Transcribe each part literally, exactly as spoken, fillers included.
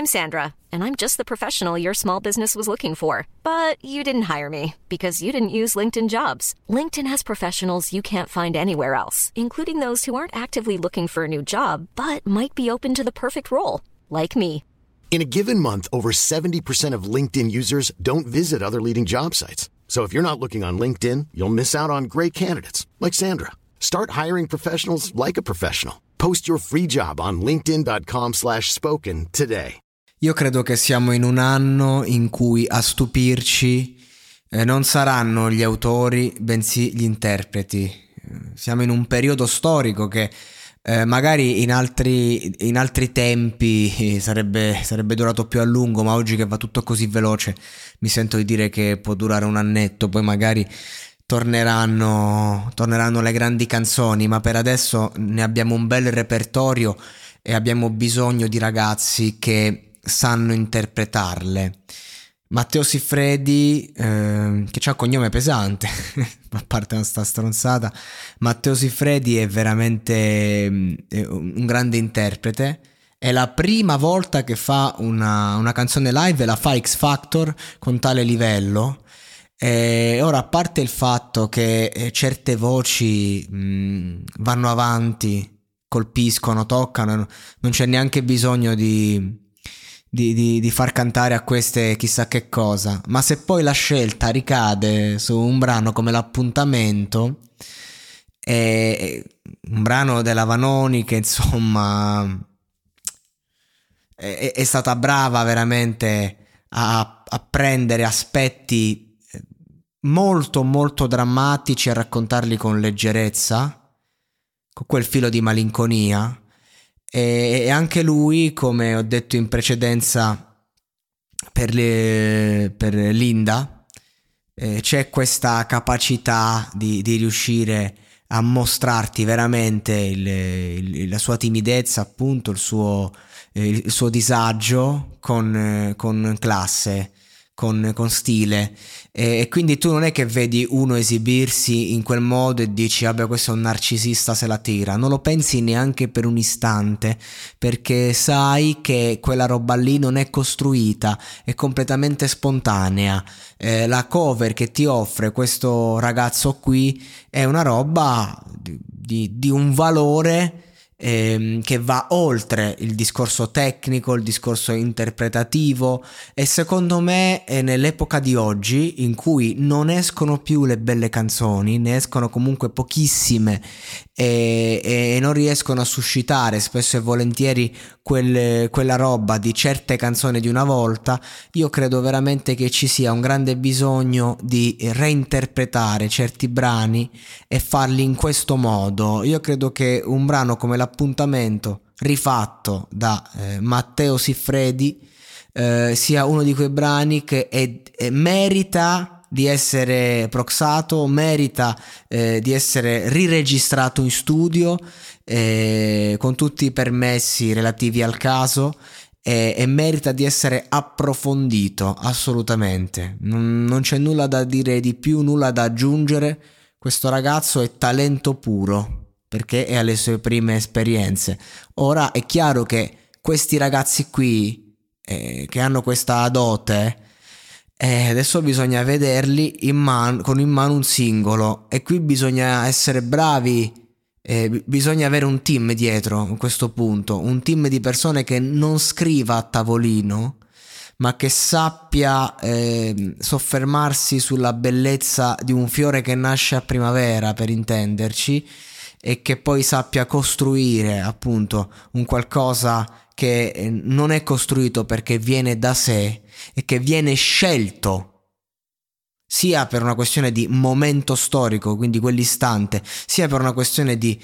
I'm Sandra, and I'm just the professional your small business was looking for. But you didn't hire me because you didn't use LinkedIn Jobs. LinkedIn has professionals you can't find anywhere else, including those who aren't actively looking for a new job, but might be open to the perfect role, like me. In a given month, over seventy percent of LinkedIn users don't visit other leading job sites. So if you're not looking on LinkedIn, you'll miss out on great candidates like Sandra. Start hiring professionals like a professional. Post your free job on linkedin.com slash spoken today. Io credo che siamo in un anno in cui a stupirci eh, non saranno gli autori, bensì gli interpreti. Siamo in un periodo storico che eh, magari in altri, in altri tempi sarebbe, sarebbe durato più a lungo, ma oggi che va tutto così veloce mi sento di dire che può durare un annetto, poi magari torneranno, torneranno le grandi canzoni, ma per adesso ne abbiamo un bel repertorio e abbiamo bisogno di ragazzi che sanno interpretarle. Matteo Siffredi, eh, che c'ha cognome pesante, a parte sta stronzata, Matteo Siffredi è veramente eh, un grande interprete. È la prima volta che fa una, una canzone live e la fa X Factor con tale livello. E ora, a parte il fatto che certe voci mh, vanno avanti, colpiscono, toccano, non c'è neanche bisogno di Di, di, di far cantare a queste chissà che cosa, ma se poi la scelta ricade su un brano come L'Appuntamento, è un brano della Vanoni che insomma è, è stata brava veramente a, a prendere aspetti molto molto drammatici, a raccontarli con leggerezza, con quel filo di malinconia. E anche lui, come ho detto in precedenza per, le, per Linda, eh, c'è questa capacità di, di riuscire a mostrarti veramente il, il, la sua timidezza, appunto, il suo, eh, il suo disagio con, eh, con classe, con, con stile, e, e quindi tu non è che vedi uno esibirsi in quel modo e dici vabbè, questo è un narcisista, se la tira, non lo pensi neanche per un istante, perché sai che quella roba lì non è costruita, è completamente spontanea. Eh, la cover che ti offre questo ragazzo qui è una roba di, di, di un valore che va oltre il discorso tecnico, il discorso interpretativo, e secondo me è nell'epoca di oggi in cui non escono più le belle canzoni, ne escono comunque pochissime e, e non riescono a suscitare spesso e volentieri quelle, quella roba di certe canzoni di una volta. Io credo veramente che ci sia un grande bisogno di reinterpretare certi brani e farli in questo modo. Io credo che un brano come L'Appuntamento, rifatto da eh, Matteo Siffredi, eh, sia uno di quei brani che è, è, merita di essere proxato, merita eh, di essere riregistrato in studio eh, con tutti i permessi relativi al caso, e, e merita di essere approfondito assolutamente. Non, non c'è nulla da dire di più, nulla da aggiungere. Questo ragazzo è talento puro, perché è alle sue prime esperienze. Ora è chiaro che questi ragazzi qui eh, che hanno questa dote, eh, adesso bisogna vederli in man- con in mano un singolo, e qui bisogna essere bravi, eh, b- bisogna avere un team dietro a questo punto, un team di persone che non scriva a tavolino, ma che sappia eh, soffermarsi sulla bellezza di un fiore che nasce a primavera, per intenderci, e che poi sappia costruire appunto un qualcosa che non è costruito perché viene da sé e che viene scelto, sia per una questione di momento storico, quindi quell'istante, sia per una questione di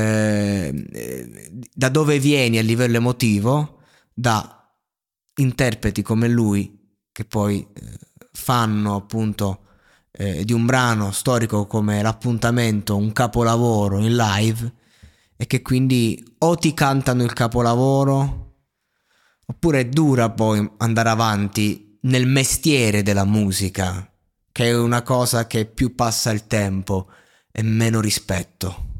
eh, da dove vieni a livello emotivo, da interpreti come lui che poi eh, fanno appunto Eh, di un brano storico come L'Appuntamento un capolavoro in live, e che quindi o ti cantano il capolavoro oppure è dura poi andare avanti nel mestiere della musica, che è una cosa che più passa il tempo e meno rispetto.